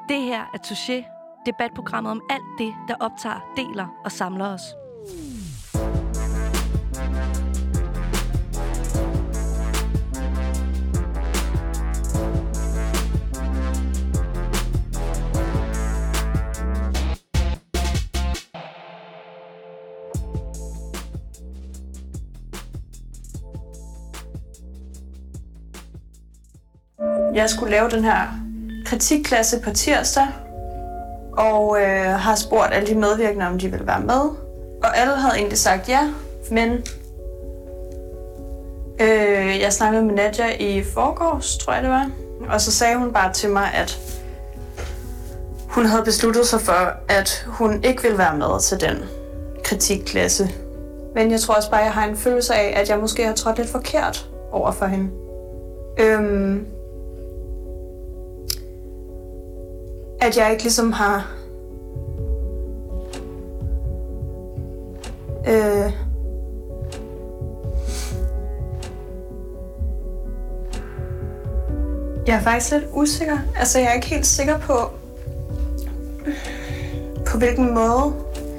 Det her er Touché, debatprogrammet om alt det, der optager, deler og samler os. Jeg skulle lave den her kritikklasse på tirsdag, og har spurgt alle de medvirkende, om de ville være med. Og alle havde egentlig sagt ja, men jeg snakkede med Nadia i forgårs, tror jeg det var. Og så sagde hun bare til mig, at hun havde besluttet sig for, at hun ikke ville være med til den kritikklasse. Men jeg tror også bare, at jeg har en følelse af, at jeg måske har trådt lidt forkert over for hende. At jeg ikke ligesom har jeg er faktisk lidt usikker. Altså, jeg er ikke helt sikker på hvilken måde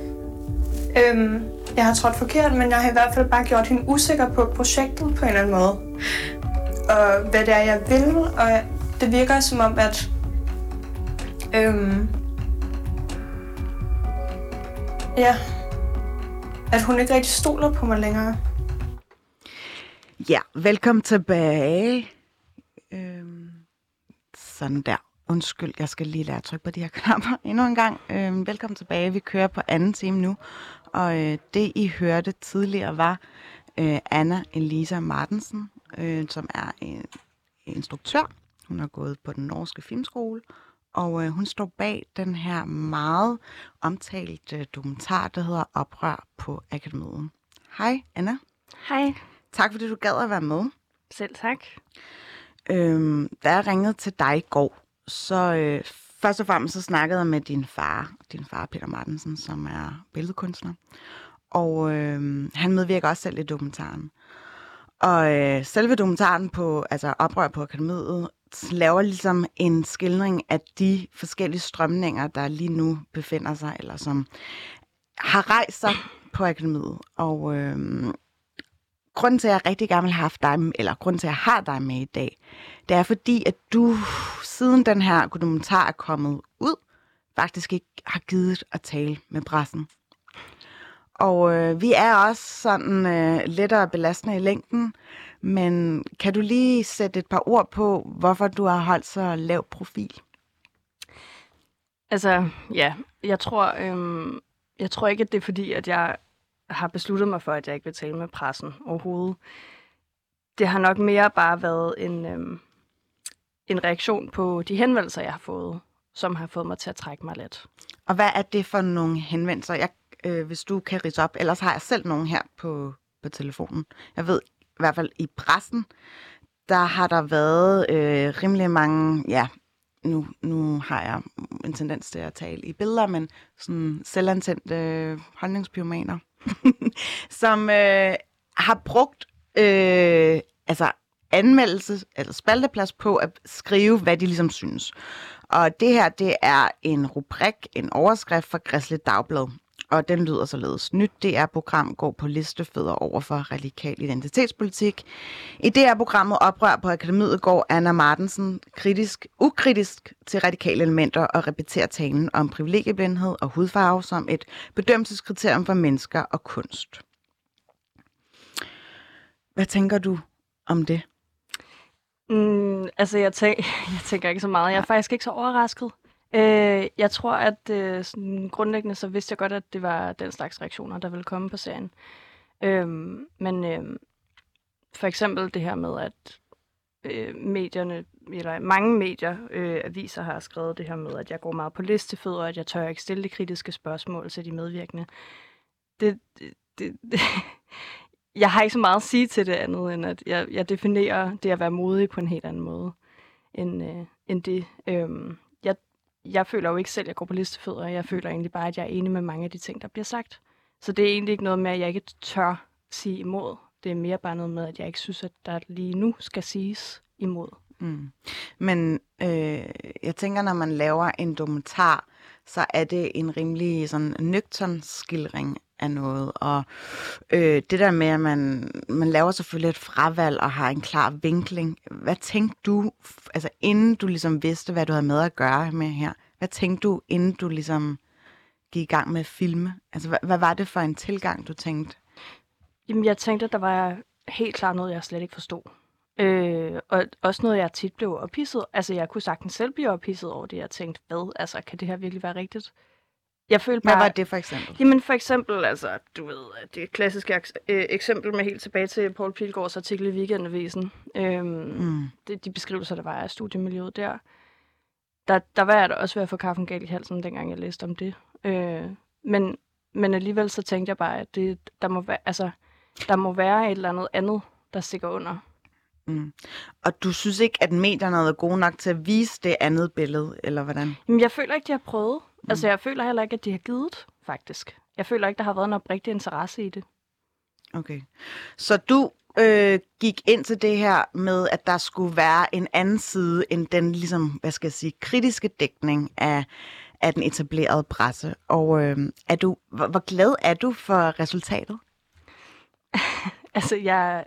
jeg har trådt forkert, men jeg har i hvert fald bare gjort hende usikker på projektet på en eller anden måde. Og hvad det er, jeg vil, og det virker som om, at at hun ikke rigtig stoler på mig længere. Ja, velkommen tilbage. Sådan der. Undskyld, jeg skal lige lære at trykke på de her knapper endnu en gang. Velkommen tilbage. Vi kører på anden time nu. Og det, I hørte tidligere, var Anna Elisa Martensen, som er en instruktør. Hun har gået på den norske filmskole. Og hun står bag den her meget omtalte dokumentar, der hedder Oprør på Akademiet. Hej, Anna. Hej. Tak, fordi du gad at være med. Selv tak. Da jeg ringede til dig i går, så først og fremmest så snakkede jeg med din far, Peter Martensen, som er billedkunstner. Og han medvirker også selv i dokumentaren. Og selve dokumentaren på Oprør på Akademiet laver ligesom en skildring af de forskellige strømninger, der lige nu befinder sig, eller som har rejst sig på Akademiet. Og grunden til, at jeg rigtig gerne vil have haft dig, eller grunden til, at jeg har dig med i dag, det er fordi, at du siden den her dokumentar er kommet ud, faktisk ikke har givet at tale med pressen. Og vi er også sådan lettere belastende i længden, men kan du lige sætte et par ord på, hvorfor du har holdt så lav profil? Altså, ja, jeg tror ikke, at det er fordi, at jeg har besluttet mig for, at jeg ikke vil tale med pressen overhovedet. Det har nok mere bare været en reaktion på de henvendelser, jeg har fået, som har fået mig til at trække mig lidt. Og hvad er det for nogle henvendelser? Hvis du kan ridse op, ellers har jeg selv nogen her på telefonen. Jeg ved i hvert fald i pressen, der har der været rimelig mange, ja, nu har jeg en tendens til at tale i billeder, men sådan selvantændte holdningspyromaner, som har brugt anmeldelse, eller spalteplads på at skrive, hvad de ligesom synes. Og det her, det er en rubrik, en overskrift fra Kristeligt Dagblad. Og den lyder således. Nyt DR-program går på listefødder over for radikal identitetspolitik. I DR-programmet Oprør på Akademiet går Anna Martensen ukritisk til radikale elementer og repeterer talen om privilegieblindhed og hudfarve som et bedømmelseskriterium for mennesker og kunst. Hvad tænker du om det? Jeg tænker ikke så meget. Jeg er faktisk ikke så overrasket. Jeg tror, at sådan grundlæggende så vidste jeg godt, at det var den slags reaktioner, der ville komme på serien. Men for eksempel det her med, at medierne, eller mange medier, aviser har skrevet det her med, at jeg går meget på listefødder, og at jeg tør ikke stille de kritiske spørgsmål til de medvirkende. Jeg har ikke så meget at sige til det andet, end at jeg definerer det at være modig på en helt anden måde end det. Jeg føler jo ikke selv, at jeg går på listefødder. Jeg føler egentlig bare, at jeg er enig med mange af de ting, der bliver sagt. Så det er egentlig ikke noget med, at jeg ikke tør sige imod. Det er mere bare noget med, at jeg ikke synes, at der lige nu skal siges imod. Men jeg tænker, når man laver en dokumentar, så er det en rimelig sådan nøgtern skildring af noget. Og det der med, at man laver selvfølgelig et fravalg og har en klar vinkling. Hvad tænkte du, altså inden du ligesom vidste, hvad du havde med at gøre med her? Hvad tænkte du, inden du ligesom gik i gang med at filme? Altså, hvad var det for en tilgang, du tænkte? Jamen, jeg tænkte, at der var helt klart noget, jeg slet ikke forstod. Og også noget, jeg tit blev ophidset. Altså, jeg kunne sagtens selv blive ophidset over det. Jeg tænkte, hvad? Altså, kan det her virkelig være rigtigt? Jeg følte bare... Hvad var det for eksempel? Jamen, for eksempel, altså, du ved, det klassiske eksempel med helt tilbage til Poul Pilgaards artikel i Weekendavisen. De beskrivelser, der var af studiemiljøet der. Der var jeg da også ved at få kaffen galt i halsen, dengang jeg læste om det. Men alligevel så tænkte jeg bare, at der må være et eller andet, der stikker under. Og du synes ikke, at medierne er gode nok til at vise det andet billede, eller hvordan? Jamen, jeg føler ikke, de har prøvet. Altså, jeg føler heller ikke, at de har givet, faktisk. Jeg føler ikke, der har været en oprigtig interesse i det. Okay. Så du gik ind til det her med, at der skulle være en anden side end den, ligesom, hvad skal jeg sige, kritiske dækning af den etablerede presse. Og hvor glad er du for resultatet? Altså, jeg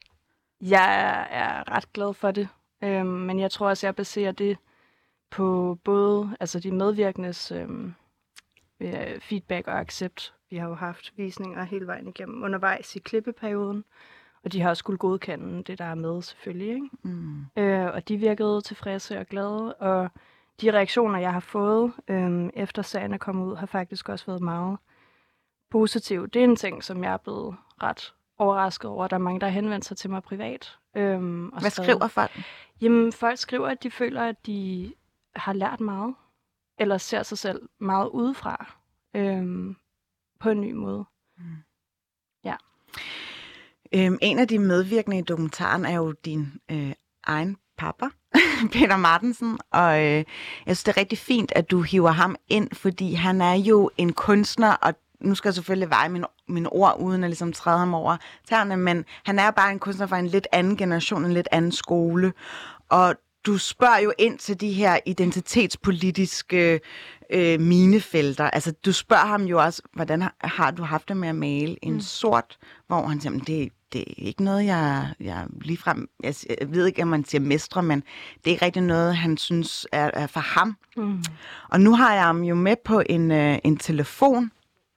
er ret glad for det. Men jeg tror også, jeg baserer det på både altså de medvirkendes feedback og accept. Vi har jo haft visninger hele vejen igennem undervejs i klippeperioden, og de har også skulle godkende det, der er med selvfølgelig. Ikke? Og de virkede tilfredse og glade, og de reaktioner, jeg har fået efter serien er kommet ud, har faktisk også været meget positive. Det er en ting, som jeg er blevet ret overrasket over. Der er mange, der har henvendt sig til mig privat. Hvad skriver folk? Jamen, folk skriver, at de føler, at de har lært meget, eller ser sig selv meget udefra, på en ny måde. Ja. En af de medvirkende i dokumentaren er jo din egen pappa, Peter Martensen, og jeg synes, det er rigtig fint, at du hiver ham ind, fordi han er jo en kunstner, og nu skal jeg selvfølgelig veje mine ord, uden at ligesom træde ham over tæerne, men han er bare en kunstner fra en lidt anden generation, en lidt anden skole, og du spørger jo ind til de her identitetspolitiske minefelter. Altså, du spørger ham jo også, hvordan har du haft det med at male en sort, hvor han siger, det er ikke noget, jeg ligefrem, jeg ved ikke, om man siger mestre, men det er ikke rigtig noget, han synes er for ham. Og nu har jeg ham jo med på en telefon.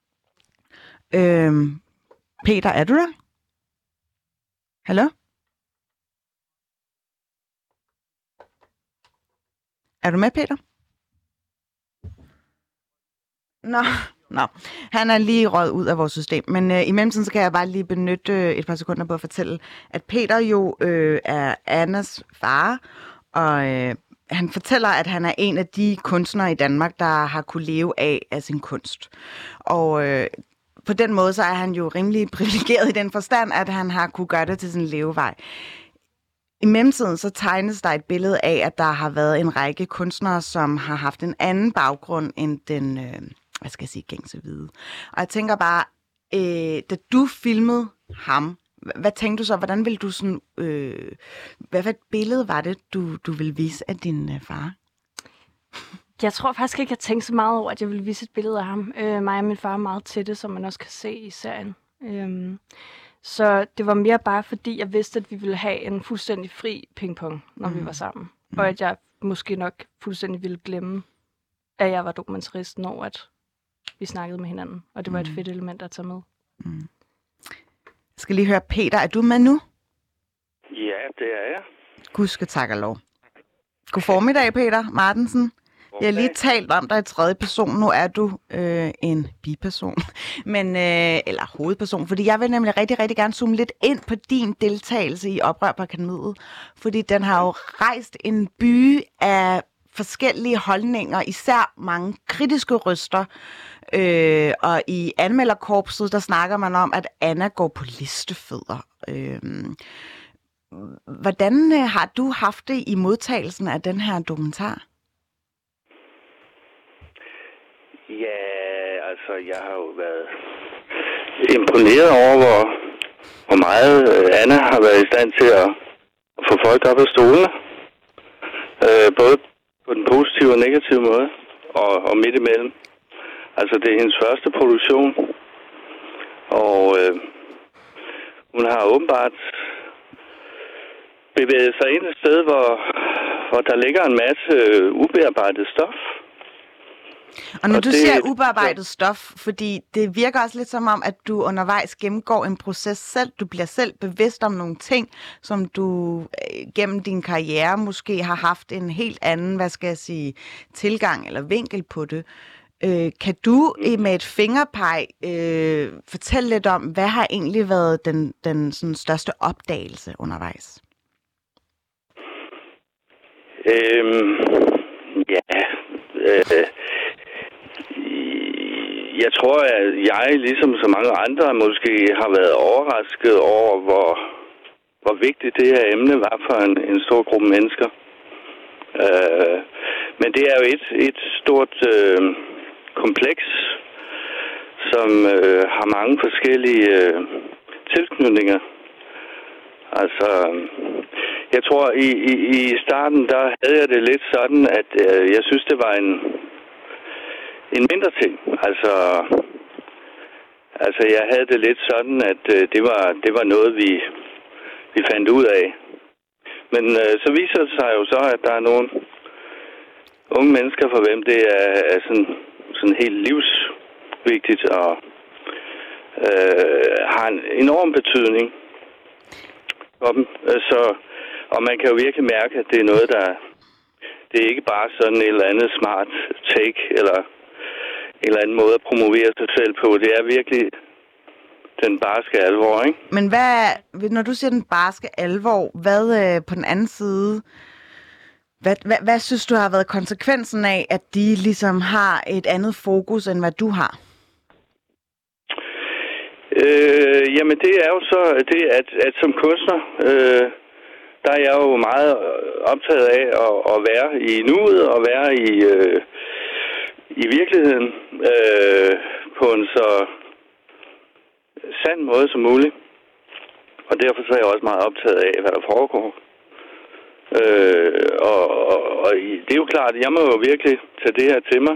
Peter, er du der? Hallo? Er du med, Peter? Nå. Han er lige røget ud af vores system. Men i mellemtiden så kan jeg bare lige benytte et par sekunder på at fortælle, at Peter jo er Annas far, og han fortæller, at han er en af de kunstnere i Danmark, der har kunne leve af sin kunst. Og på den måde så er han jo rimelig privilegeret i den forstand, at han har kunne gøre det til sin levevej. I mellemtiden så tegnes der et billede af, at der har været en række kunstnere, som har haft en anden baggrund end den, gængse hvide. Og jeg tænker bare, da du filmede ham, hvad tænkte du så? Hvordan ville du sådan, hvad for et billede var det, du ville vise af din far? Jeg tror faktisk ikke, jeg tænkte så meget over, at jeg ville vise et billede af ham. Mig og min far er meget tætte, som man også kan se i serien. Så det var mere bare fordi, jeg vidste, at vi ville have en fuldstændig fri pingpong, når vi var sammen. Og at jeg måske nok fuldstændig ville glemme, at jeg var dokumentarist, når at vi snakkede med hinanden. Og det var et fedt element at tage med. Jeg skal lige høre, Peter, er du med nu? Ja, det er jeg. Gudske tak og lov. God formiddag, Peter Martensen. Jeg har lige talt om dig i tredje person. Nu er du en biperson, men, eller hovedperson. Fordi jeg vil nemlig rigtig, rigtig gerne zoome lidt ind på din deltagelse i Oprør på Akademiet. Fordi den har jo rejst en by af forskellige holdninger, især mange kritiske røster. Og i anmelderkorpset, der snakker man om, at Anna går på listefødder. Hvordan har du haft det i modtagelsen af den her dokumentar? Ja, altså, jeg har jo været imponeret over, hvor meget Anna har været i stand til at få folk op af stolene. Både på den positive og negative måde, og midt imellem. Altså, det er hendes første produktion, og hun har åbenbart bevæget sig ind et sted, hvor der ligger en masse ubearbejdet stof. Og når du siger ubearbejdet stof, fordi det virker også lidt som om, at du undervejs gennemgår en proces selv. Du bliver selv bevidst om nogle ting, som du gennem din karriere måske har haft en helt anden, tilgang eller vinkel på det. Kan du med et fingerpeg fortælle lidt om, hvad har egentlig været den sådan, største opdagelse undervejs? Jeg tror, at jeg, ligesom så mange andre, måske har været overrasket over, hvor vigtigt det her emne var for en stor gruppe mennesker. Men det er jo et stort kompleks, som har mange forskellige tilknytninger. Altså, jeg tror, i starten, der havde jeg det lidt sådan, at jeg synes, det var en mindre ting. Altså, jeg havde det lidt sådan, at det var noget, vi fandt ud af. Men så viser det sig jo så, at der er nogle unge mennesker, for hvem det er sådan helt livsvigtigt og har en enorm betydning for dem. Og man kan jo virkelig mærke, at det er noget, det er ikke bare sådan et eller andet smart take, eller en eller anden måde at promovere sig selv på. Det er virkelig den barske alvor, ikke? Men når du siger den barske alvor, hvad på den anden side, hvad synes du har været konsekvensen af, at de ligesom har et andet fokus, end hvad du har? Jamen, det er jo så det, at som kunstner, der er jeg jo meget optaget af at være i nuet og være i virkeligheden på en så sand måde som muligt. Og derfor så er jeg også meget optaget af, hvad der foregår. Og det er jo klart, at jeg må jo virkelig tage det her til mig,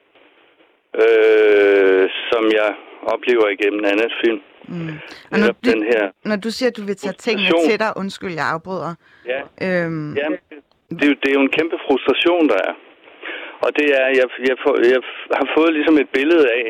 som jeg oplever igennem en anden film. Mm. Og når du siger, at du vil tage tingene til dig, undskyld, jeg afbryder. Ja, det er jo en kæmpe frustration, der er. Og det er, jeg har fået ligesom et billede af,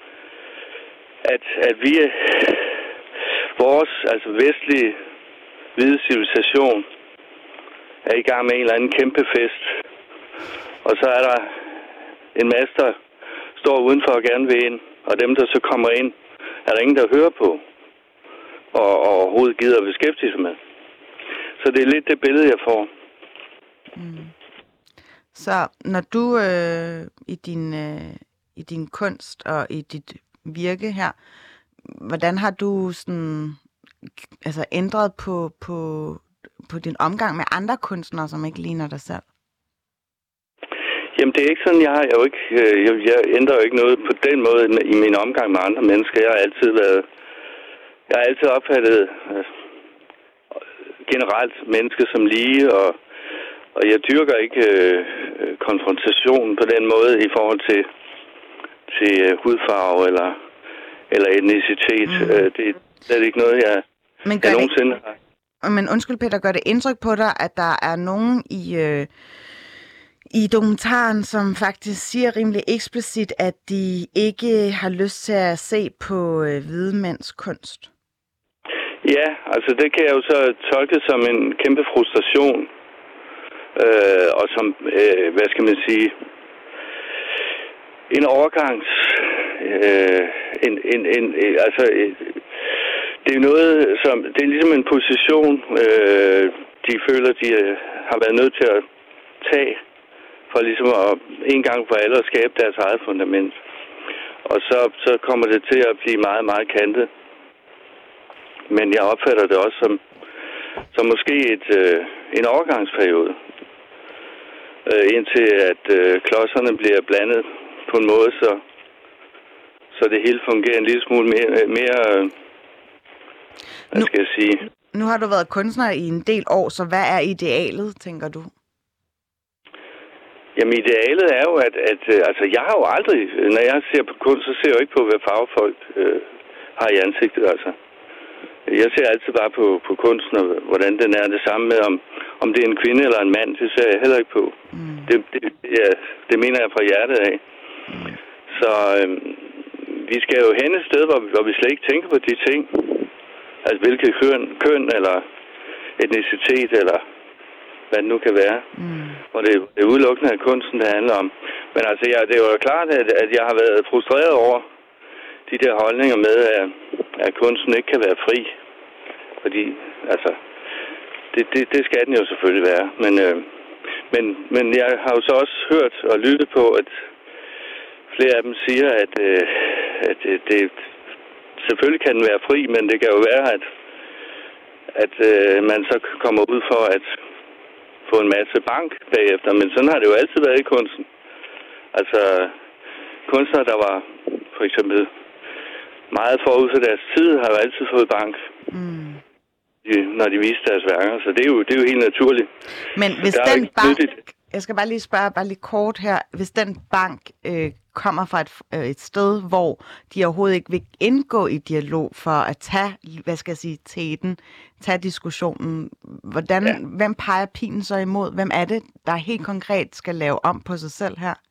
at vi vores vestlige hvide civilisation er i gang med en eller anden kæmpe fest. Og så er der en masse, der står udenfor og gerne vil ind. Og dem, der så kommer ind, er der ingen, der hører på. Og overhovedet gider at beskæftige sig med. Så det er lidt det billede, jeg får. Mm. Så når du i din kunst og i dit virke her, hvordan har du sådan, ændret på din omgang med andre kunstnere, som ikke ligner dig selv? Jamen, det er ikke sådan, jeg ændrer jo ikke noget på den måde i min omgang med andre mennesker. Jeg har altid opfattet generelt mennesker som lige, og jeg dyrker ikke konfrontation på den måde i forhold til hudfarve eller etnicitet. Det er slet ikke noget, jeg nogensinde har. Men undskyld, Peter, gør det indtryk på dig, at der er nogen i dokumentaren, som faktisk siger rimelig eksplicit, at de ikke har lyst til at se på hvide mænds kunst? Ja, altså det kan jeg jo så tolke som en kæmpe frustration. Og som, hvad skal man sige, en overgangs... det er noget, som... Det er ligesom en position, de føler, de har været nødt til at tage, for ligesom at en gang for alle at skabe deres eget fundament. Og så kommer det til at blive meget, meget kantet. Men jeg opfatter det også som måske en overgangsperiode. Indtil at klodserne bliver blandet på en måde, så det hele fungerer en lille smule mere hvad skal jeg sige? Nu har du været kunstner i en del år, så hvad er idealet, tænker du? Jamen, idealet er jo, at altså, jeg har jo aldrig, når jeg ser på kunst, så ser jeg jo ikke på, hvad farvefolk har i ansigtet, altså. Jeg ser altid bare på kunsten, og hvordan den er. Det samme med, om det er en kvinde eller en mand, det ser jeg heller ikke på. Det mener jeg fra hjertet af. Så vi skal jo hen et sted, hvor vi slet ikke tænker på de ting. Altså, hvilket køn eller etnicitet, eller hvad det nu kan være. Hvor det er udelukkende af kunsten, det handler om. Men altså, det er jo klart, at jeg har været frustreret over de der holdninger med, at kunsten ikke kan være fri. Fordi, altså, det skal den jo selvfølgelig være. Men jeg har jo så også hørt og lyttet på, at flere af dem siger, at det selvfølgelig kan den være fri, men det kan jo være, at man så kommer ud for at få en masse bank bagefter. Men sådan har det jo altid været i kunsten. Altså, kunstnere, der var for eksempel meget forud for deres tid, har jo altid fået bank, når de viste deres værker. Så det er jo helt naturligt. Men hvis den bank, jeg skal bare lige spørge, lige kort her, hvis den bank kommer fra et sted, hvor de overhovedet ikke vil indgå i dialog for at tage, teten, tage diskussionen, hvem peger pilen så imod? Hvem er det, der helt konkret skal lave om på sig selv her?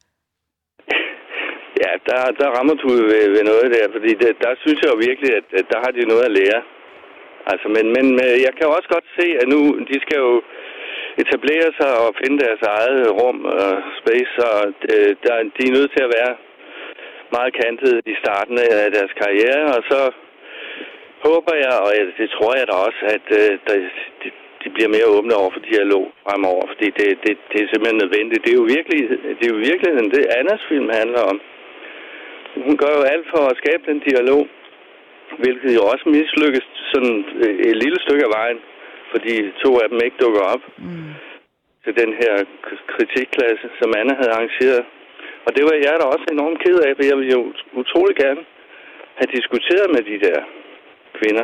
Ja, der rammer du ved noget der, fordi der synes jeg jo virkelig, at der har de noget at lære. Altså, men jeg kan jo også godt se, at nu, de skal jo etablere sig og finde deres eget rum og space, og de er nødt til at være meget kantet i starten af deres karriere, og så håber jeg, og det tror jeg da også, at de bliver mere åbne over for dialog fremover, fordi det er simpelthen nødvendigt. Det er jo virkelig det Annas film handler om. Hun gør jo alt for at skabe den dialog, hvilket jo også mislykkes sådan et lille stykke af vejen, fordi 2 af dem ikke dukker op til den her kritikklasse, som Anna havde arrangeret. Og det var jeg da også enormt ked af, for jeg ville jo utrolig gerne have diskuteret med de der kvinder.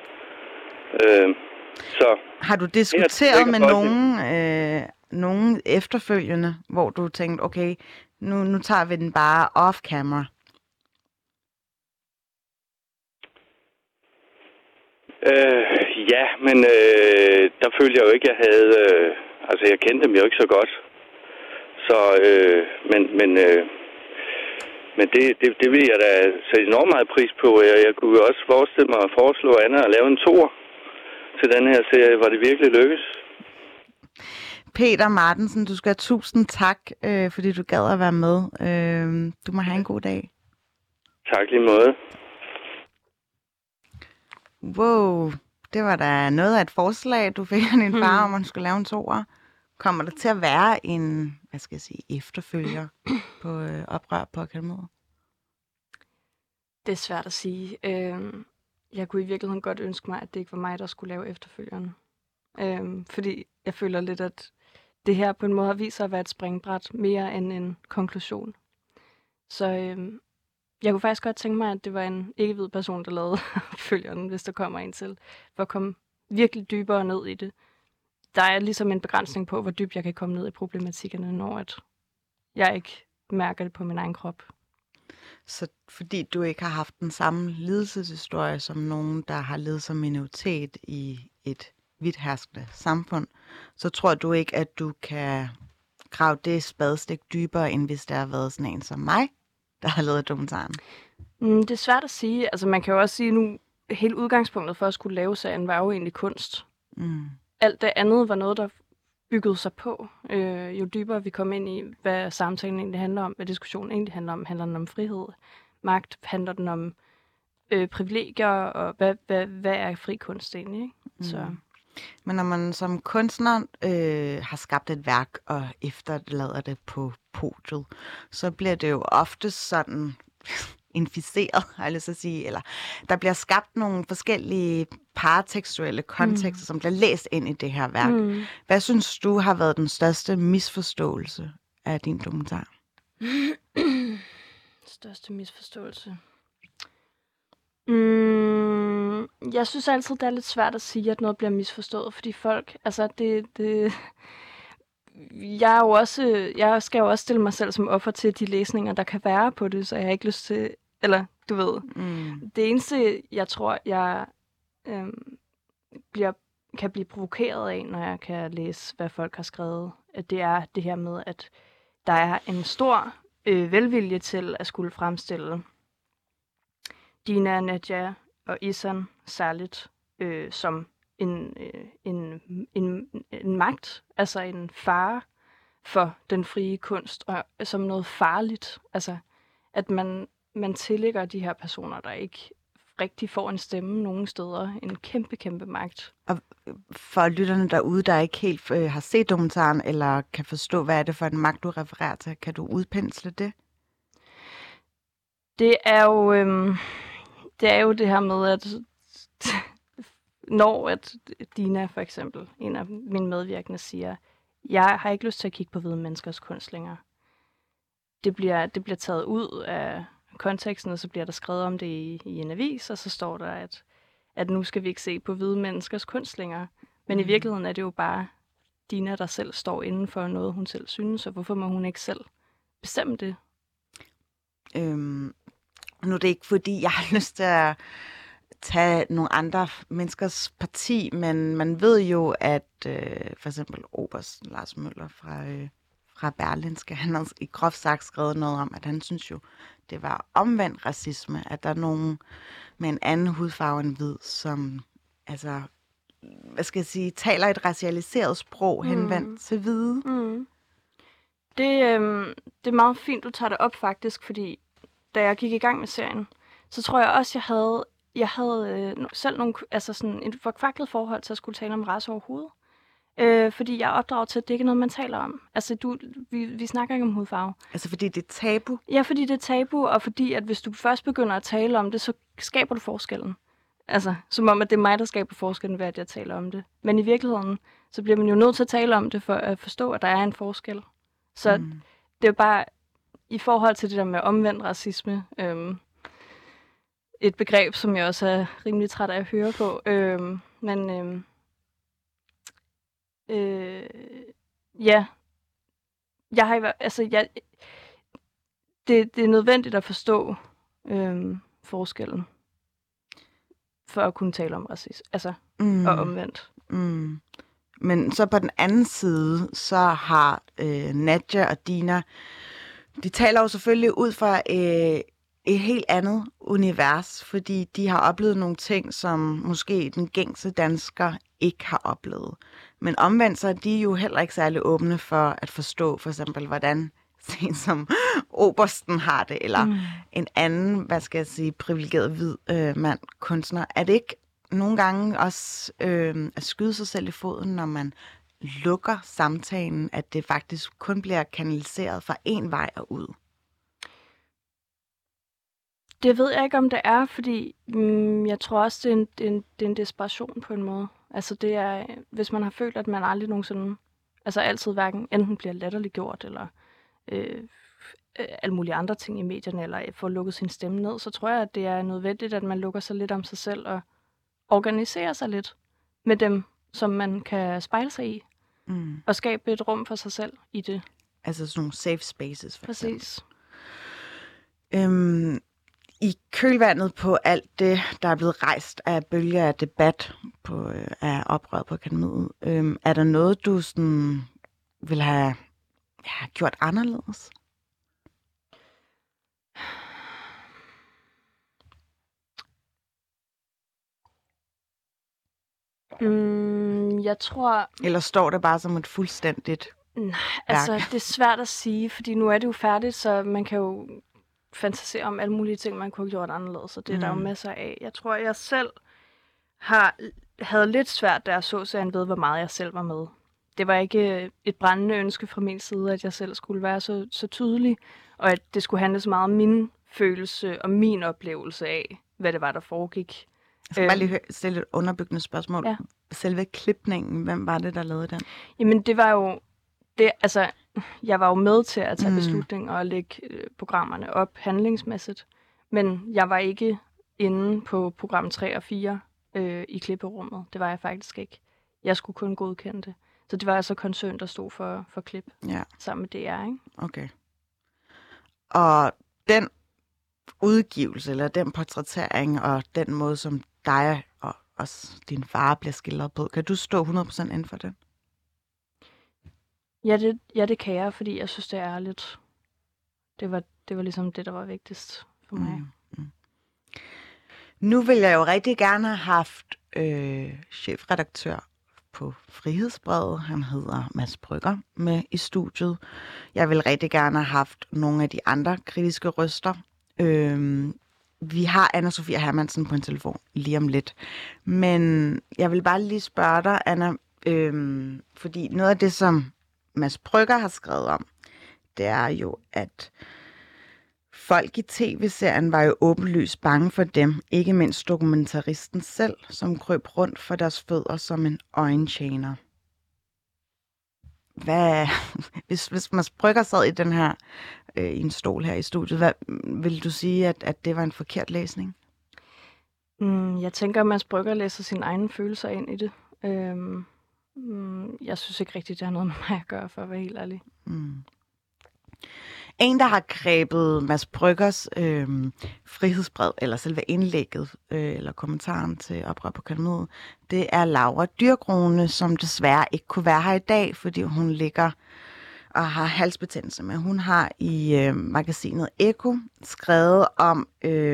Så har du diskuteret med nogen efterfølgende, hvor du tænkte, okay, nu tager vi den bare off-camera? Ja, men der følte jeg jo ikke, jeg havde... altså, jeg kendte dem jo ikke så godt. Så, men det vil jeg da sætte enormt meget pris på. Jeg kunne jo også forestille mig at foreslå Anna at lave en 2'er til den her serie, hvor det virkelig lykkes. Peter Martensen, du skal have 1000 tak, fordi du gad at være med. Du må have en god dag. Tak lige måde. Wow, det var da noget af et forslag, du fik af din far, om man skulle lave en 2'er. Kommer der til at være en, efterfølger på Oprør på Akademiet? Det er svært at sige. Jeg kunne i virkeligheden godt ønske mig, at det ikke var mig, der skulle lave efterfølgeren. Fordi jeg føler lidt, at det her på en måde har vist sig at være et springbræt mere end en konklusion. Så jeg kunne faktisk godt tænke mig, at det var en ikke-hvid person, der lavede opfølgeren, hvis der kommer en til, for at komme virkelig dybere ned i det. Der er ligesom en begrænsning på, hvor dybt jeg kan komme ned i problematikkerne, når at jeg ikke mærker det på min egen krop. Så fordi du ikke har haft den samme lidelseshistorie som nogen, der har levet som minoritet i et hvidt herskende samfund, så tror du ikke, at du kan grave det spadestik dybere, end hvis der har været sådan en som mig, der har lavet dokumentaren? Det er svært at sige. Altså man kan jo også sige nu, hele udgangspunktet for at skulle lave serien var jo egentlig kunst. Alt det andet var noget, der byggede sig på. Jo dybere vi kom ind i, hvad samtalen egentlig handler om, hvad diskussionen egentlig handler om. Handler den om frihed, magt? Handler den om privilegier? Og hvad er fri kunst egentlig? Ikke? Så. Men når man som kunstner har skabt et værk og efterlader det på podiet, så bliver det jo ofte sådan inficeret, har jeg lyst til at sige, eller der bliver skabt nogle forskellige paratekstuelle kontekster, som bliver læst ind i det her værk. Hvad synes du har været den største misforståelse af din dokumentar? Største misforståelse? Jeg synes altid, det er lidt svært at sige, at noget bliver misforstået, fordi folk, altså jeg skal jo også stille mig selv som offer til de læsninger, der kan være på det, så jeg har ikke lyst til, eller du ved. Det eneste, jeg tror, jeg kan blive provokeret af, når jeg kan læse, hvad folk har skrevet, at det er det her med, at der er en stor velvilje til at skulle fremstille Dina, Nadia og Ihsan særligt som en magt, altså en fare for den frie kunst, og som noget farligt. Altså, at man tillægger de her personer, der ikke rigtig får en stemme nogen steder, en kæmpe, kæmpe magt. Og for lytterne derude, der ikke helt har set dokumentaren, eller kan forstå, hvad er det for en magt, du refererer til, kan du udpensle det? Det er jo det her med, at når at Dina for eksempel, en af mine medvirkende, siger, jeg har ikke lyst til at kigge på hvide menneskers kunst længere. Det bliver taget ud af konteksten, og så bliver der skrevet om det i en avis, og så står der, at nu skal vi ikke se på hvide menneskers kunst længere. Men i virkeligheden er det jo bare Dina, der selv står inden for noget, hun selv synes, og hvorfor må hun ikke selv bestemme det? Nu er det ikke, fordi jeg har lyst til at tage nogle andre menneskers parti, men man ved jo, at for eksempel oberst Lars Møller fra Berlingske, han har i groft sagt skrevet noget om, at han synes jo, det var omvendt racisme, at der er nogen med en anden hudfarve end hvid, som altså, hvad skal jeg sige, taler et racialiseret sprog henvendt til hvide. Det er meget fint, du tager det op faktisk, fordi da jeg gik i gang med serien, så tror jeg også, jeg havde selv nogle, altså sådan et forkvaklet forhold til at skulle tale om race overhovedet. Fordi jeg er opdraget til, at det ikke er noget, man taler om. Altså, vi snakker ikke om hudfarve. Altså, fordi det er tabu? Ja, fordi det er tabu, og fordi, at hvis du først begynder at tale om det, så skaber du forskellen. Altså, som om, at det er mig, der skaber forskellen ved, at jeg taler om det. Men i virkeligheden, så bliver man jo nødt til at tale om det, for at forstå, at der er en forskel. Så det er bare, i forhold til det der med omvendt racisme, et begreb, som jeg også er rimelig træt af at høre på. Ja, jeg har det er nødvendigt at forstå forskellen for at kunne tale om racisme, altså og omvendt. Men så på den anden side, så har Nadia og Dina, de taler jo selvfølgelig ud fra et helt andet univers, fordi de har oplevet nogle ting, som måske den gængse dansker ikke har oplevet. Men omvendt så er de jo heller ikke særlig åbne for at forstå, for eksempel, hvordan en som obersten har det, eller en anden, hvad skal jeg sige, privilegeret hvid mand, kunstner. Er det ikke nogle gange også at skyde sig selv i foden, når man lukker samtalen, at det faktisk kun bliver kanaliseret fra én vej og ud? Det ved jeg ikke, om det er, fordi jeg tror også, det er en desperation på en måde. Altså det er, hvis man har følt, at man aldrig nogensinde, altså altid hverken enten bliver latterliggjort, eller alle mulige andre ting i medierne, eller får lukket sin stemme ned, så tror jeg, at det er nødvendigt, at man lukker sig lidt om sig selv, og organiserer sig lidt med dem, som man kan spejle sig i, og skabe et rum for sig selv i det. Altså sådan nogle safe spaces, for eksempel. Præcis. I kølvandet på alt det, der er blevet rejst af bølger af debat af oprøret på akademiet, er der noget, du sådan vil have gjort anderledes? Jeg tror... Eller står det bare som et fuldstændigt Nej, altså det er svært at sige, fordi nu er det jo færdigt, så man kan jo fantasere om alle mulige ting, man kunne have gjort anderledes, så det er der jo masser af. Jeg tror, jeg selv havde lidt svært, da jeg så serien, ved, hvor meget jeg selv var med. Det var ikke et brændende ønske fra min side, at jeg selv skulle være så tydelig, og at det skulle handle så meget om min følelse og min oplevelse af, hvad det var, der foregik. Jeg skal bare lige stille et underbyggende spørgsmål. Ja. Selve klipningen, hvem var det, der lavede den? Jamen, det var jo... jeg var jo med til at tage beslutninger og lægge programmerne op handlingsmæssigt, men jeg var ikke inde på program 3 og 4 i klipperummet. Det var jeg faktisk ikke. Jeg skulle kun godkende det. Så det var altså koncern, der stod for klip sammen med DR, ikke? Okay. Og den udgivelse, eller den portrættering, og den måde, som dig og også din far bliver skildret på, kan du stå 100% inden for det? Ja, det kan jeg, fordi jeg synes, det er ærligt. Det var ligesom det, der var vigtigst for mig. Nu vil jeg jo rigtig gerne have haft chefredaktør på Frihedsbrevet. Han hedder Mads Brügger med i studiet. Jeg vil rigtig gerne have haft nogle af de andre kritiske røster. Vi har Anna-Sophia Hermansen på en telefon lige om lidt. Men jeg vil bare lige spørge dig, Anna, fordi noget af det, som Mads Brügger har skrevet om, det er jo, at folk i tv-serien var jo åbenlyst bange for dem, ikke mindst dokumentaristen selv, som krøb rundt for deres fødder som en øjentjener. Hvis Mads Brügger sad i den her i en stol her i studiet, hvad vil du sige, at det var en forkert læsning? Jeg tænker, at Mads Brügger læser sine egne følelser ind i det. Jeg synes ikke rigtigt, det har noget med mig at gøre, for at være helt ærlig. En, der har grebet Mads Brüggers frihedsbrev, eller selve indlægget, eller kommentaren til Oprør på Akademiet, det er Laura Dyrgrone, som desværre ikke kunne være her i dag, fordi hun ligger og har halsbetændelse. Men hun har i magasinet Eko skrevet om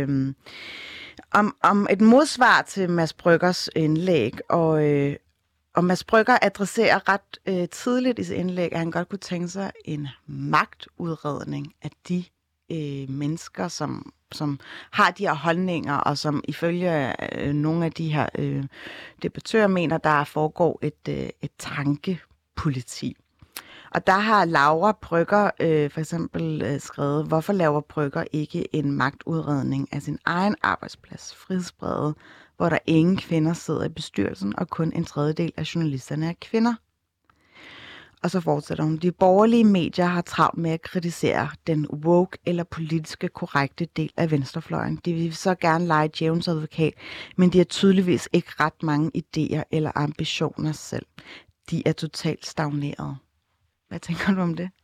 et modsvar til Mads Brüggers indlæg, og Mads Brügger adresserer ret tidligt i sit indlæg, at han godt kunne tænke sig en magtudredning af de mennesker, som har de her holdninger, og som ifølge nogle af de her debattører mener, der foregår et tankepoliti. Og der har Laura Brügger for eksempel skrevet, hvorfor laver Brügger ikke en magtudredning af sin egen arbejdsplads, Frihedsbrevet, hvor der ingen kvinder sidder i bestyrelsen, og kun en tredjedel af journalisterne er kvinder. Og så fortsætter hun. De borgerlige medier har travlt med at kritisere den woke eller politiske korrekte del af venstrefløjen. De vil så gerne lege djævelens advokat, men de har tydeligvis ikke ret mange idéer eller ambitioner selv. De er totalt stagneret. Hvad tænker du om det?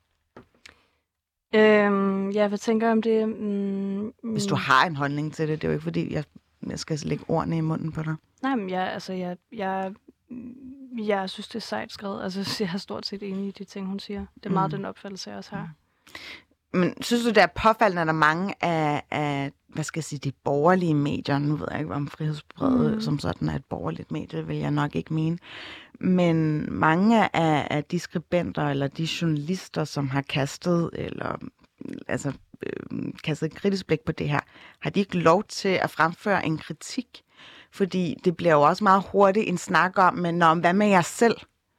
Hvad tænker jeg om det? Hvis du har en holdning til det, det er jo ikke fordi, jeg skal lægge ordene i munden på dig. Nej, men jeg synes, det er sejt skrevet. Altså, jeg er stort set enig i de ting, hun siger. Det er meget den opfattelse, jeg også har. Men synes du, det er påfaldende, at der er mange af hvad skal jeg sige, de borgerlige medier, nu ved jeg ikke, om Frihedsbrevet som sådan er et borgerligt medie, vil jeg nok ikke mene, men mange af de skribenter eller de journalister, som har kastet et kritisk blik på det her, har de ikke lov til at fremføre en kritik? Fordi det bliver jo også meget hurtigt en snak om, men hvad med jer selv?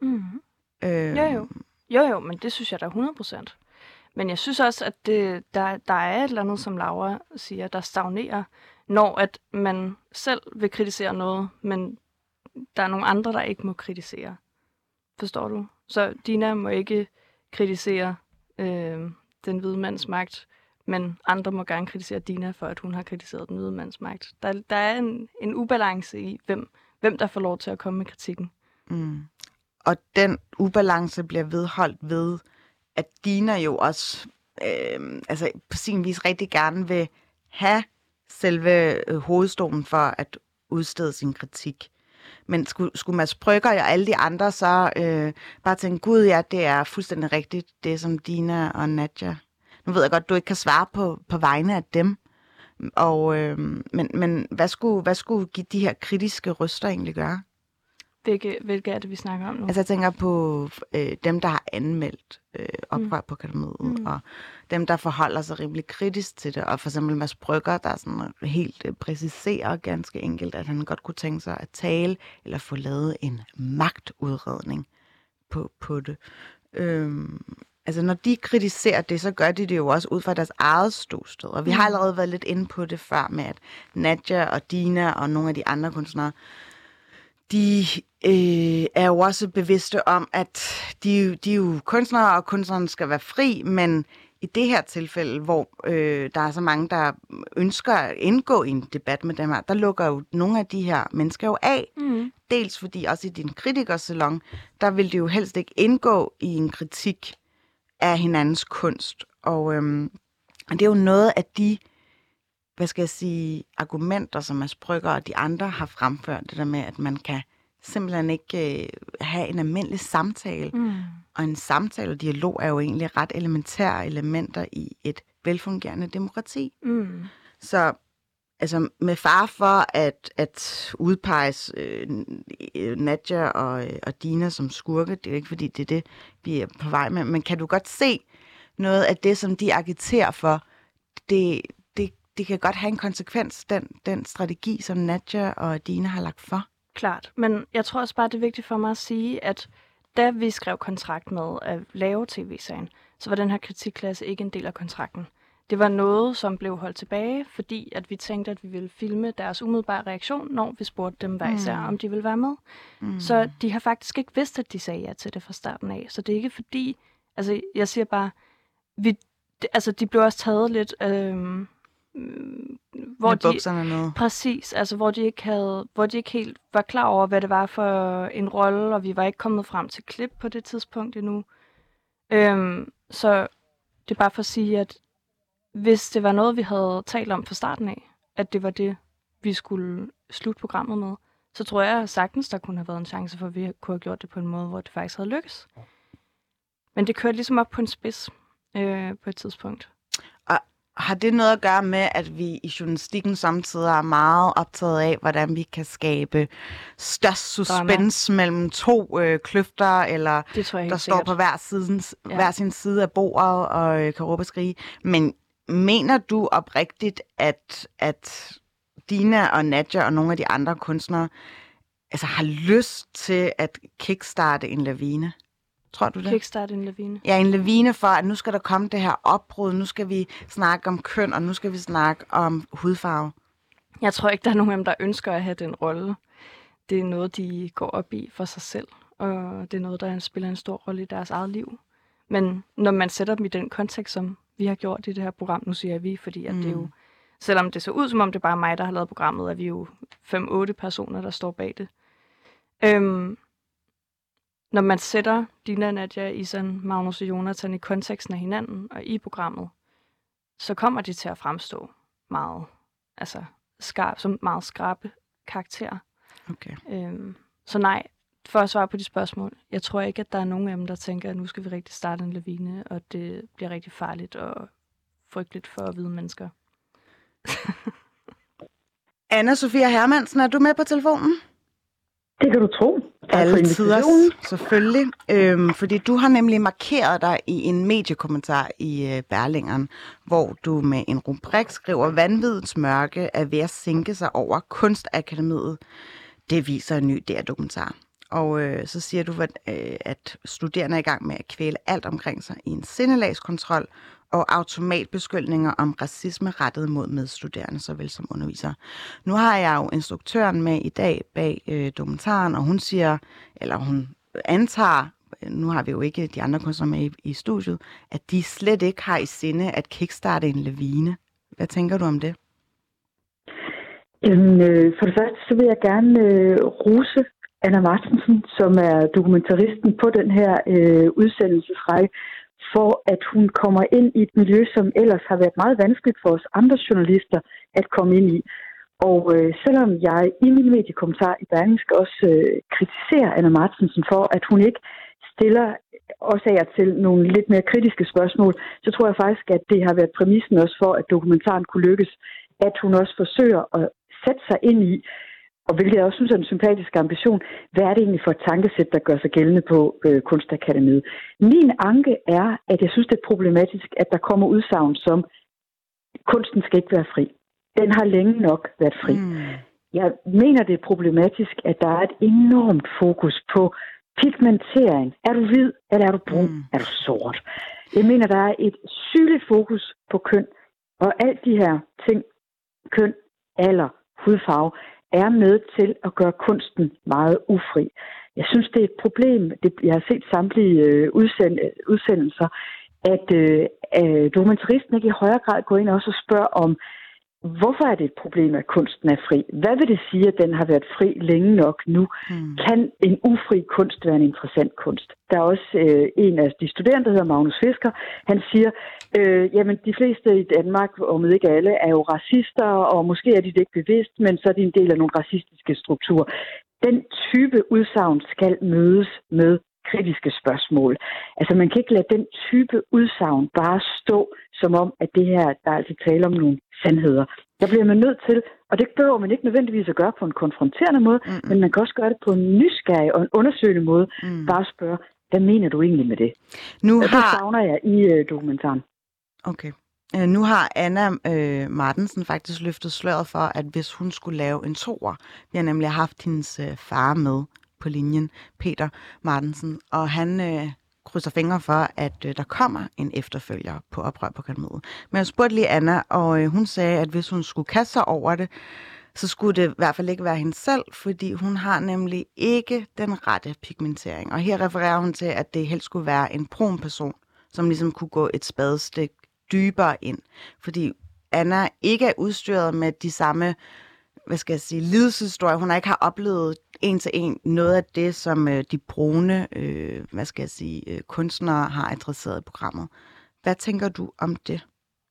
Jo, men det synes jeg da 100%. Men jeg synes også, at der er et eller andet, som Laura siger, der stagnerer, når at man selv vil kritisere noget, men der er nogle andre, der ikke må kritisere. Forstår du? Så Dina må ikke kritisere den hvide mands magt, men andre må gerne kritisere Dina for, at hun har kritiseret den hvide mands magt. Der er en ubalance i, hvem der får lov til at komme med kritikken. Og den ubalance bliver vedholdt ved, at Dina jo også på sin vis rigtig gerne vil have selve hovedstolen for at udstede sin kritik. Men skulle Mads Brügger og alle de andre så bare tænke, gud ja, det er fuldstændig rigtigt, det som Dina og Nadja. Nu ved jeg godt, du ikke kan svare på vegne af dem. Men hvad skulle de her kritiske røster egentlig gøre? Hvilke er det, vi snakker om nu? Altså jeg tænker på dem, der har anmeldt Oprør på Akademiet, og dem, der forholder sig rimelig kritisk til det. Og for eksempel Mads Brügger, der sådan helt præciserer ganske enkelt, at han godt kunne tænke sig at tale eller få lavet en magtudredning på det. Altså når de kritiserer det, så gør de det jo også ud fra deres eget ståsted. Og vi har allerede været lidt inde på det før med, at Nadja og Dina og nogle af de andre kunstnere, de er jo også bevidste om, at de er jo kunstnere, og kunstneren skal være fri, men i det her tilfælde, hvor der er så mange, der ønsker at indgå i en debat med dem her, der lukker jo nogle af de her mennesker jo af. Dels fordi også i din kritikersalon, der vil det jo helst ikke indgå i en kritik af hinandens kunst. Og det er jo noget af de, argumenter, som Mads Brügger og de andre har fremført, det der med, at man kan simpelthen ikke have en almindelig samtale. Og en samtale og dialog er jo egentlig ret elementære elementer i et velfungerende demokrati. Så altså med fare for at udpeges Nadia og Dina som skurke, det er jo ikke fordi, det er det, vi er på vej med, men kan du godt se noget af det, som de agiterer for, det kan godt have en konsekvens, den strategi, som Nadia og Dina har lagt for? Klart, men jeg tror også bare, det er vigtigt for mig at sige, at da vi skrev kontrakt med at lave tv-serien, så var den her kritikklasse ikke en del af kontrakten. Det var noget, som blev holdt tilbage, fordi at vi tænkte, at vi ville filme deres umiddelbare reaktion, når vi spurgte dem hver især, om de ville være med. Så de har faktisk ikke vidst, at de sagde ja til det fra starten af. Så det er ikke fordi, altså jeg siger bare, de blev også taget lidt... hvor de præcis, altså hvor de ikke helt var klar over, hvad det var for en rolle, og vi var ikke kommet frem til klip på det tidspunkt endnu. Så det er bare for at sige, at hvis det var noget, vi havde talt om fra starten af, at det var det, vi skulle slutte programmet med, så tror jeg sagtens, der kunne have været en chance for, at vi kunne have gjort det på en måde, hvor det faktisk havde lykkes. Men det kørte ligesom op på en spids på et tidspunkt. Har det noget at gøre med, at vi i journalistikken samtidig er meget optaget af, hvordan vi kan skabe størst suspense mellem to kløfter, eller der står på hver sin side af bordet og kan råbe og skrige. Men mener du oprigtigt, at Dina og Nadia og nogle af de andre kunstnere altså har lyst til at kickstarte en lavine? Tror du det? Kickstarte en lavine? Ja, en lavine for, at nu skal der komme det her opbrud, nu skal vi snakke om køn, og nu skal vi snakke om hudfarve. Jeg tror ikke, der er nogen af dem, der ønsker at have den rolle. Det er noget, de går op i for sig selv, og det er noget, der spiller en stor rolle i deres eget liv. Men når man sætter dem i den kontekst, som vi har gjort i det her program, nu siger vi, fordi at det er jo, selvom det ser ud, som om det bare er mig, der har lavet programmet, er vi jo 5-8 personer, der står bag det. Når man sætter Dina, Nadia, Isan, Magnus og Jonathan i konteksten af hinanden og i programmet, så kommer de til at fremstå meget, som meget skarpe karakterer. Okay. Så nej, for at svare på de spørgsmål, jeg tror ikke, at der er nogen af dem, der tænker, at nu skal vi rigtig starte en lavine, og det bliver rigtig farligt og frygteligt for hvide mennesker. Anna-Sophia Hermansen, er du med på telefonen? Det kan du tro. Altid, selvfølgelig. Fordi du har nemlig markeret dig i en mediekommentar i Berlingeren, hvor du med en rubrik skriver, vanvidets mørke er ved at sænke sig over Kunstakademiet. Det viser en ny DR-dokumentar. Og så siger du, at studerende er i gang med at kvæle alt omkring sig i en sindelagskontrol og automatbeskyldninger om racisme rettet mod medstuderende, såvel som undervisere. Nu har jeg jo instruktøren med i dag bag dokumentaren, og hun siger, eller hun antager, nu har vi jo ikke de andre kunstnere med i studiet, at de slet ikke har i sinde at kickstarte en lavine. Hvad tænker du om det? For det første, så vil jeg gerne rose Anna Martensen, som er dokumentaristen på den her udsendelsesrække, for at hun kommer ind i et miljø, som ellers har været meget vanskeligt for os andre journalister at komme ind i. Og selvom jeg i min mediekommentar i Berlingske også kritiserer Anna Martensen for, at hun ikke stiller os af til nogle lidt mere kritiske spørgsmål, så tror jeg faktisk, at det har været præmissen også for, at dokumentaren kunne lykkes, at hun også forsøger at sætte sig ind i, og hvilket jeg også synes er en sympatisk ambition, hvad er det egentlig for et tankesæt, der gør sig gældende på Kunstakademiet? Min anke er, at jeg synes, det er problematisk, at der kommer udsagn som, kunsten skal ikke være fri. Den har længe nok været fri. Jeg mener, det er problematisk, at der er et enormt fokus på pigmentering. Er du hvid, eller er du brun? Er du sort? Jeg mener, der er et sygeligt fokus på køn, og alt de her ting, køn, alder, hudfarve, er med til at gøre kunsten meget ufri. Jeg synes, det er et problem. Jeg har set samtlige udsendelser, at dokumentaristen ikke i højere grad går ind og også spørger om, hvorfor er det et problem, at kunsten er fri? Hvad vil det sige, at den har været fri længe nok nu? Kan en ufri kunst være en interessant kunst? Der er også en af de studerende, der hedder Magnus Fisker. Han siger, jamen de fleste i Danmark, om ikke alle, er jo racister, og måske er de det ikke bevidst, men så er de en del af nogle racistiske strukturer. Den type udsagn skal mødes med kritiske spørgsmål. Altså man kan ikke lade den type udsagn bare stå som om, at det her, der er altså tale om nogle sandheder. Der bliver man nødt til, og det behøver man ikke nødvendigvis at gøre på en konfronterende måde, men man kan også gøre det på en nysgerrig og en undersøgende måde. Bare spørge, hvad mener du egentlig med det? Det savner jeg i dokumentaren. Okay. Nu har Anna Martensen faktisk løftet sløret for, at hvis hun skulle lave en toer, vi har nemlig haft hendes far med på linjen, Peter Martensen, og han krydser fingre for, at der kommer en efterfølger på Oprør på Akademiet. Men jeg spurgte lige Anna, og hun sagde, at hvis hun skulle kaste sig over det, så skulle det i hvert fald ikke være hende selv, fordi hun har nemlig ikke den rette pigmentering. Og her refererer hun til, at det helst skulle være en brun person, som ligesom kunne gå et spadestik dybere ind. Fordi Anna ikke er udstyret med de samme, lidelseshistorier. Hun ikke har oplevet en til en noget af det, som de brune, kunstnere har adresseret i programmet. Hvad tænker du om det?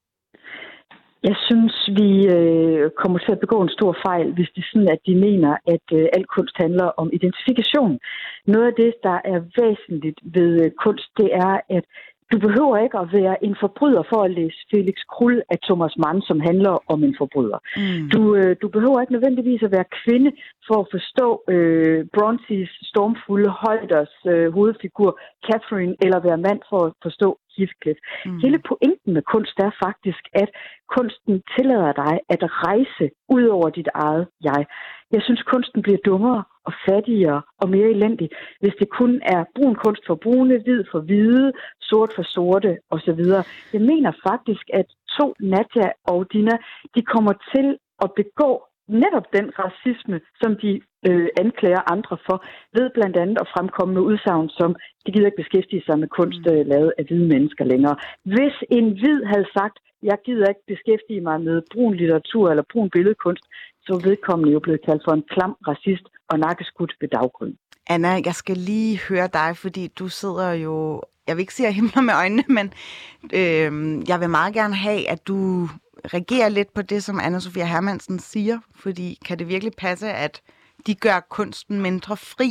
Jeg synes, vi kommer til at begå en stor fejl, hvis det er sådan, at de mener, at al kunst handler om identifikation. Noget af det, der er væsentligt ved kunst, det er, at du behøver ikke at være en forbryder for at læse Felix Krull af Thomas Mann, som handler om en forbryder. Du behøver ikke nødvendigvis at være kvinde for at forstå Brontes stormfulde Højders hovedfigur Catherine, eller være mand for at forstå Heathcliff. Hele pointen med kunst er faktisk, at kunsten tillader dig at rejse ud over dit eget jeg. Jeg synes, kunsten bliver dummere og fattigere og mere elendig, hvis det kun er brun kunst for brune, hvid for hvide, sort for sorte osv. Jeg mener faktisk, at Nadia og Dina, de kommer til at begå netop den racisme, som de anklager andre for, ved blandt andet at fremkomme med udsagn som, de gider ikke beskæftige sig med kunst lavet af hvide mennesker længere. Hvis en hvid havde sagt, jeg gider ikke beskæftige mig med brun litteratur eller brun billedkunst, så er vedkommende jo blevet kaldt for en klam racist og nakkeskudt ved daggry. Anna, jeg skal lige høre dig, fordi du sidder jo, jeg vil ikke sige himler med øjnene, men jeg vil meget gerne have, at du reagerer lidt på det, som Anna-Sophia Hermansen siger, fordi kan det virkelig passe, at de gør kunsten mindre fri?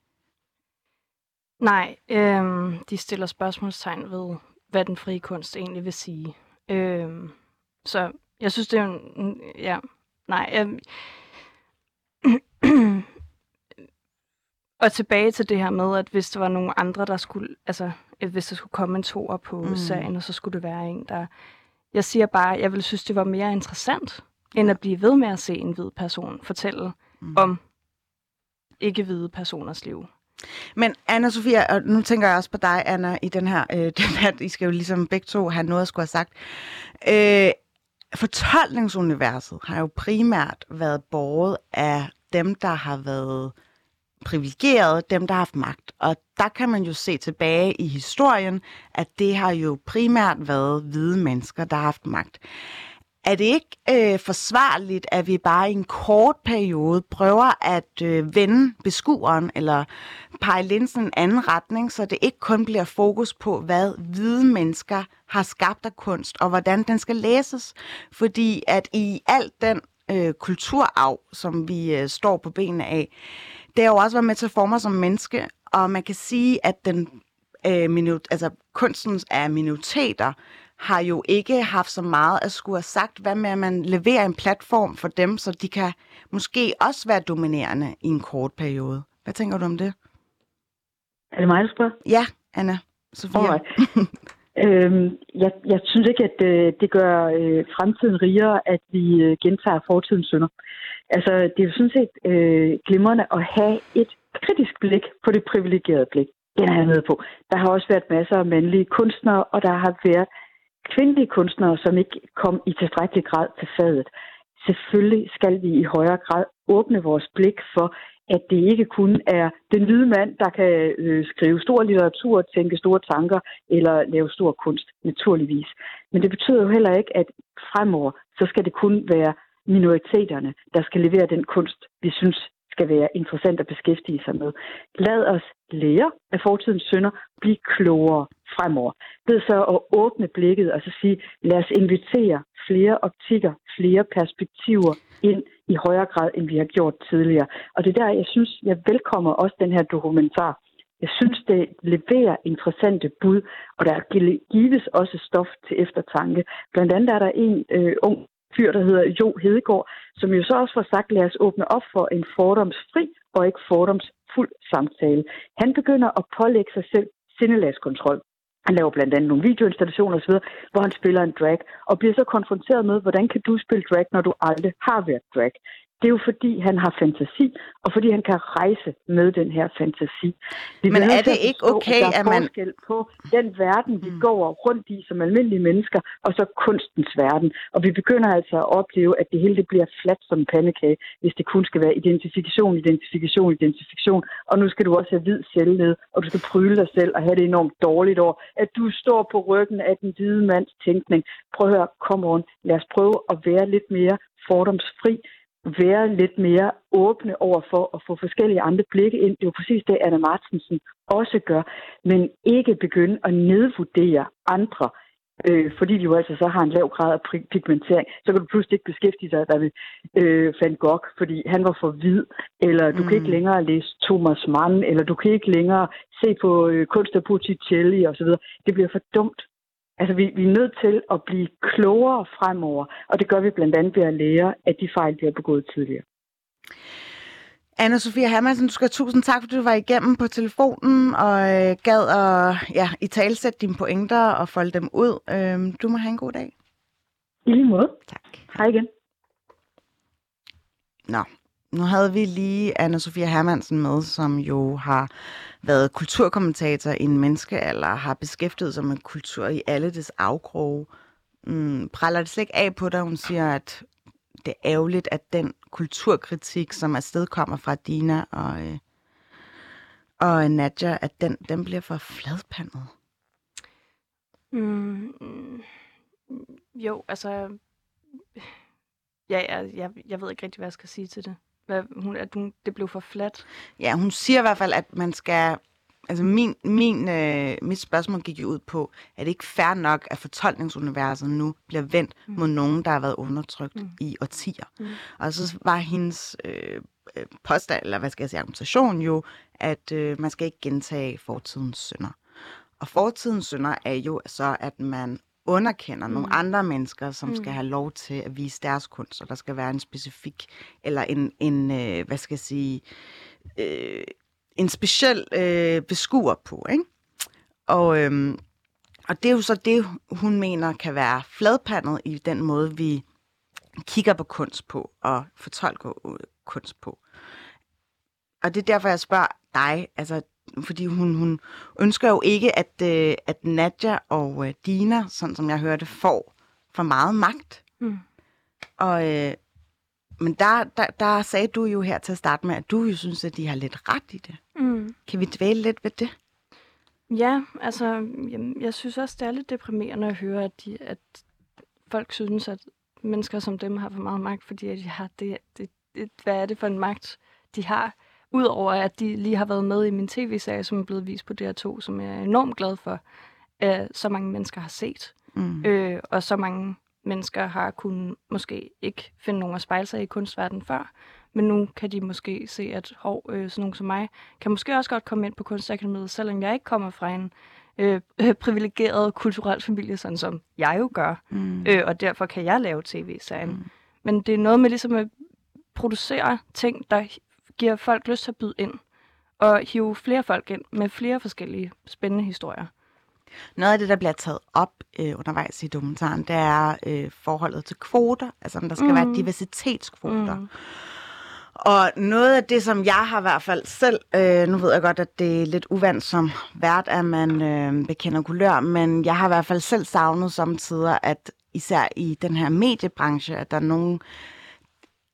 Nej, de stiller spørgsmålstegn ved, hvad den frie kunst egentlig vil sige. Så jeg synes, det er en ja, nej. Og tilbage til det her med, at hvis der var nogen andre, der skulle, altså hvis der skulle komme en toer på serien, så skulle det være en, der... Jeg siger bare, jeg ville synes, det var mere interessant, end at blive ved med at se en hvid person fortælle om ikke-hvide personers liv. Men Anna-Sophia, og nu tænker jeg også på dig, Anna, i den her debat, I skal jo ligesom begge to have noget at skulle have sagt. Fortolkningsuniverset har jo primært været båret af dem, der har været privilegerede, dem, der har haft magt. Og der kan man jo se tilbage i historien, at det har jo primært været hvide mennesker, der har haft magt. Er det ikke forsvarligt, at vi bare i en kort periode prøver at vende beskueren eller pege linsen en anden retning, så det ikke kun bliver fokus på, hvad hvide mennesker har skabt af kunst, og hvordan den skal læses? Fordi at i al den kulturarv, som vi står på benene af, det har jo også været med til at forme som menneske, og man kan sige, at den kunstens af minoriteter har jo ikke haft så meget at skulle have sagt. Hvad med, at man leverer en platform for dem, så de kan måske også være dominerende i en kort periode? Hvad tænker du om det? Er det mig, der spørger? Ja, Anna-Sophia. Jeg synes ikke, at det gør fremtiden rigere, at vi gentager fortidens synder. Altså, det er jo sådan set glimrende at have et kritisk blik på det privilegerede blik. Den er jeg med på. Der har også været masser af mandlige kunstnere, og der har været kvindelige kunstnere, som ikke kom i tilstrækkelig grad til fadet. Selvfølgelig skal vi i højere grad åbne vores blik for, at det ikke kun er den hvide mand, der kan skrive stor litteratur, tænke store tanker eller lave stor kunst, naturligvis. Men det betyder jo heller ikke, at fremover, så skal det kun være minoriteterne, der skal levere den kunst, vi synes skal være interessant at beskæftige sig med. Lad os lære af fortidens synder, blive klogere fremover. Ved så at åbne blikket og så sige, lad os invitere flere optikker, flere perspektiver ind i højere grad, end vi har gjort tidligere. Og det er der, jeg synes, jeg velkommer også den her dokumentar. Jeg synes, det leverer interessante bud, og der gives også stof til eftertanke. Blandt andet er der en ung fyr, der hedder Jo Hedegaard, som jo så også får sagt, lad os åbne op for en fordomsfri og ikke fordomsfuld samtale. Han begynder at pålægge sig selv sindelagskontrol. Han laver blandt andet nogle videoinstallationer osv., hvor han spiller en drag, og bliver så konfronteret med, hvordan kan du spille drag, når du aldrig har været drag. Det er jo fordi, han har fantasi, og fordi han kan rejse med den her fantasi. Men er det ikke okay, at man... forskel på den verden, vi går rundt i som almindelige mennesker, og så kunstens verden. Og vi begynder altså at opleve, at det hele det bliver fladt som en pandekage, hvis det kun skal være identifikation. Og nu skal du også have hvid selvled, og du skal pryle dig selv og have det enormt dårligt over, at du står på ryggen af den hvide mands tænkning. Prøv at høre, kom on, lad os prøve at være lidt mere fordomsfri, være lidt mere åbne over for at få forskellige andre blikke ind. Det er jo præcis det, Anna Martensen også gør, men ikke begynde at nedvurdere andre, fordi de jo altså så har en lav grad af pigmentering. Så kan du pludselig ikke beskæftige dig med Van Gogh, fordi han var for hvid, eller du kan ikke længere læse Thomas Mann, eller du kan ikke længere se på kunst af Botticelli osv. Det bliver for dumt. Altså, vi er nødt til at blive klogere fremover, og det gør vi blandt andet ved at lære af de fejl, vi har begået tidligere. Anna Sofia Hermansen, du skal have tusind tak, fordi du var igennem på telefonen og gad at italesætte dine pointer og folde dem ud. Du må have en god dag. I lige måde. Tak. Hej igen. Nå, nu havde vi lige Anna Sofia Hermansen med, som jo har været kulturkommentator i en menneskealder, har beskæftiget sig med kultur i alle dets afkroge. Praller det slet ikke af på dig, hun siger, at det er ærgerligt, at den kulturkritik, som afsted kommer fra Dina og Nadja, at den bliver for fladpandet? Jo, altså... Jeg ved ikke rigtig, hvad jeg skal sige til det. Det blev for fladt. Ja, hun siger i hvert fald, at man skal... Altså mit spørgsmål gik jo ud på, at det ikke fair nok, at fortolkningsuniverset nu bliver vendt mod nogen, der har været undertrykt i årtier. Og så var hendes påstand, eller hvad skal jeg sige, argumentation jo, at man skal ikke gentage fortidens synder. Og fortidens synder er jo så, at man underkender nogle andre mennesker, som skal have lov til at vise deres kunst, og der skal være en specifik, eller en hvad skal jeg sige, en speciel beskuer på, ikke? Og det er jo så det, hun mener kan være fladpandet i den måde, vi kigger på kunst på og fortolker kunst på. Og det er derfor, jeg spørger dig, altså, fordi hun ønsker jo ikke, at Nadja og Dina, sådan som jeg hørte, får for meget magt. Men der sagde du jo her til at starte med, at du jo synes, at de har lidt ret i det. Kan vi dvæle lidt ved det? Ja, altså, jeg synes også, det er lidt deprimerende at høre, at folk synes, at mennesker som dem har for meget magt, fordi at de har hvad er det for en magt, de har? Udover at de lige har været med i min tv-serie, som er blevet vist på DR2, som jeg er enormt glad for, at så mange mennesker har set. Og så mange mennesker har kunnet måske ikke finde nogen at spejle sig i kunstverdenen før, men nu kan de måske se, at sådan nogen som mig kan måske også godt komme ind på Kunstakademiet, selvom jeg ikke kommer fra en privilegeret kulturel familie, sådan som jeg jo gør. Og derfor kan jeg lave tv-serien. Men det er noget med ligesom at producere ting, der giver folk lyst til at byde ind, og hive flere folk ind med flere forskellige spændende historier. Noget af det, der bliver taget op undervejs i dokumentaren, det er forholdet til kvoter, altså om der skal være diversitetskvoter. Og noget af det, som jeg har i hvert fald selv, nu ved jeg godt, at det er lidt uvandt som vært, at man bekender kulør, men jeg har i hvert fald selv savnet samtidig, at især i den her mediebranche, at der er nogen,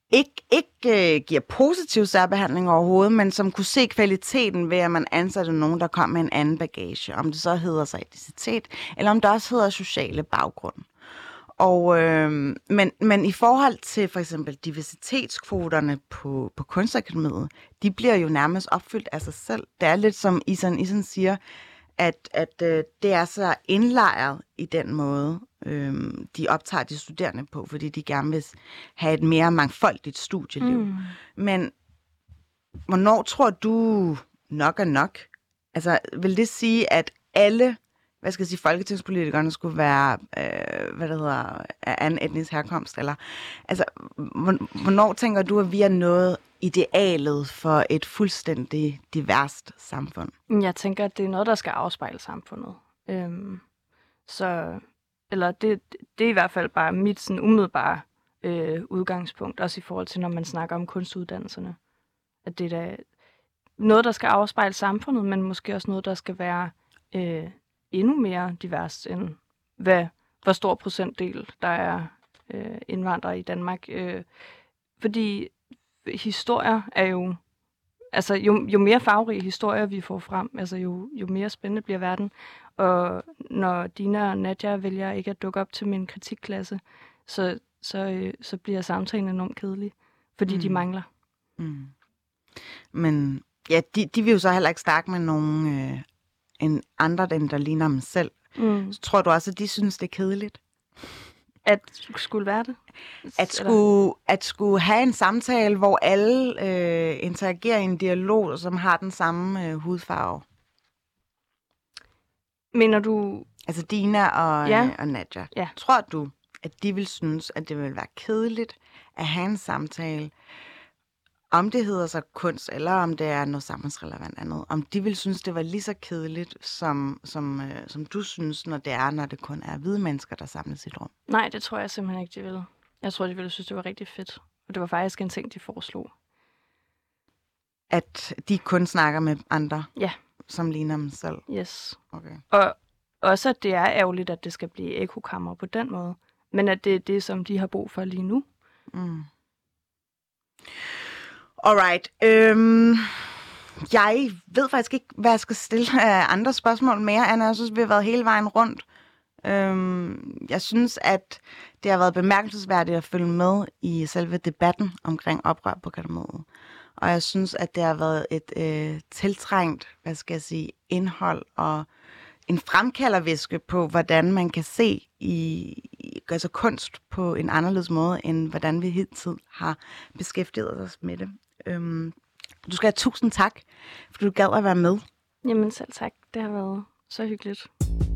ikke giver positiv særbehandling overhovedet, men som kunne se kvaliteten ved, at man ansatte nogen, der kom med en anden bagage. Om det så hedder sig etnicitet, eller om det også hedder sociale baggrund. Og, men i forhold til for eksempel diversitetskvoterne på Kunstakademiet, de bliver jo nærmest opfyldt af sig selv. Det er lidt som Isan siger, at det er så indlejret i den måde, de optager de studerende på, fordi de gerne vil have et mere mangfoldigt studieliv. Men hvornår tror du nok er nok? Altså, vil det sige, at alle folketingspolitikerne skulle være, af anden etnisk herkomst? Eller, altså, hvornår tænker du, at vi er nået idealet for et fuldstændig diverst samfund? Jeg tænker, at det er noget, der skal afspejle samfundet. Eller det er i hvert fald bare mit sådan umiddelbare udgangspunkt, også i forhold til, når man snakker om kunstuddannelserne. At det er noget, der skal afspejle samfundet, men måske også noget, der skal være endnu mere diverst, end hvor stor procentdel der er indvandrere i Danmark. Fordi historier er jo... Altså, jo mere farverige historier vi får frem, altså jo mere spændende bliver verden. Og når Dina og Nadia vælger ikke at dukke op til min kritikklasse, så bliver samtalen enormt kedelig, fordi de mangler. Men ja, de vil jo så heller ikke snakke med nogen en andre, der ligner dem selv. Så tror du også, at de synes, det er kedeligt? At skulle være det? At skulle have en samtale, hvor alle interagerer i en dialog, som har den samme hudfarve. Mener du... Altså Dina og Nadia. Ja. Tror du, at de vil synes, at det vil være kedeligt at have en samtale, om det hedder sig kunst, eller om det er noget samfundsrelevant andet? Om de vil synes, det var lige så kedeligt, som du synes, når det kun er hvide mennesker, der samles i et rum? Nej, det tror jeg simpelthen ikke, de vil. Jeg tror, de ville synes, det var rigtig fedt. Og det var faktisk en ting, de foreslog. At de kun snakker med andre, som ligner dem selv? Yes. Okay. Og også, at det er ærgerligt, at det skal blive ekokammer på den måde. Men at det er det, som de har brug for lige nu. Alright. Jeg ved faktisk ikke, hvad jeg skal stille af andre spørgsmål mere, Anna. Jeg synes, vi har været hele vejen rundt. Jeg synes, at det har været bemærkelsesværdigt at følge med i selve debatten omkring oprør på akademiet. Og jeg synes, at det har været et tiltrængt, indhold og en fremkaldervæske på, hvordan man kan se altså kunst på en anderledes måde, end hvordan vi hidtil har beskæftiget os med det. Du skal have 1000 tak, fordi du gad at være med. Jamen selv tak. Det har været så hyggeligt.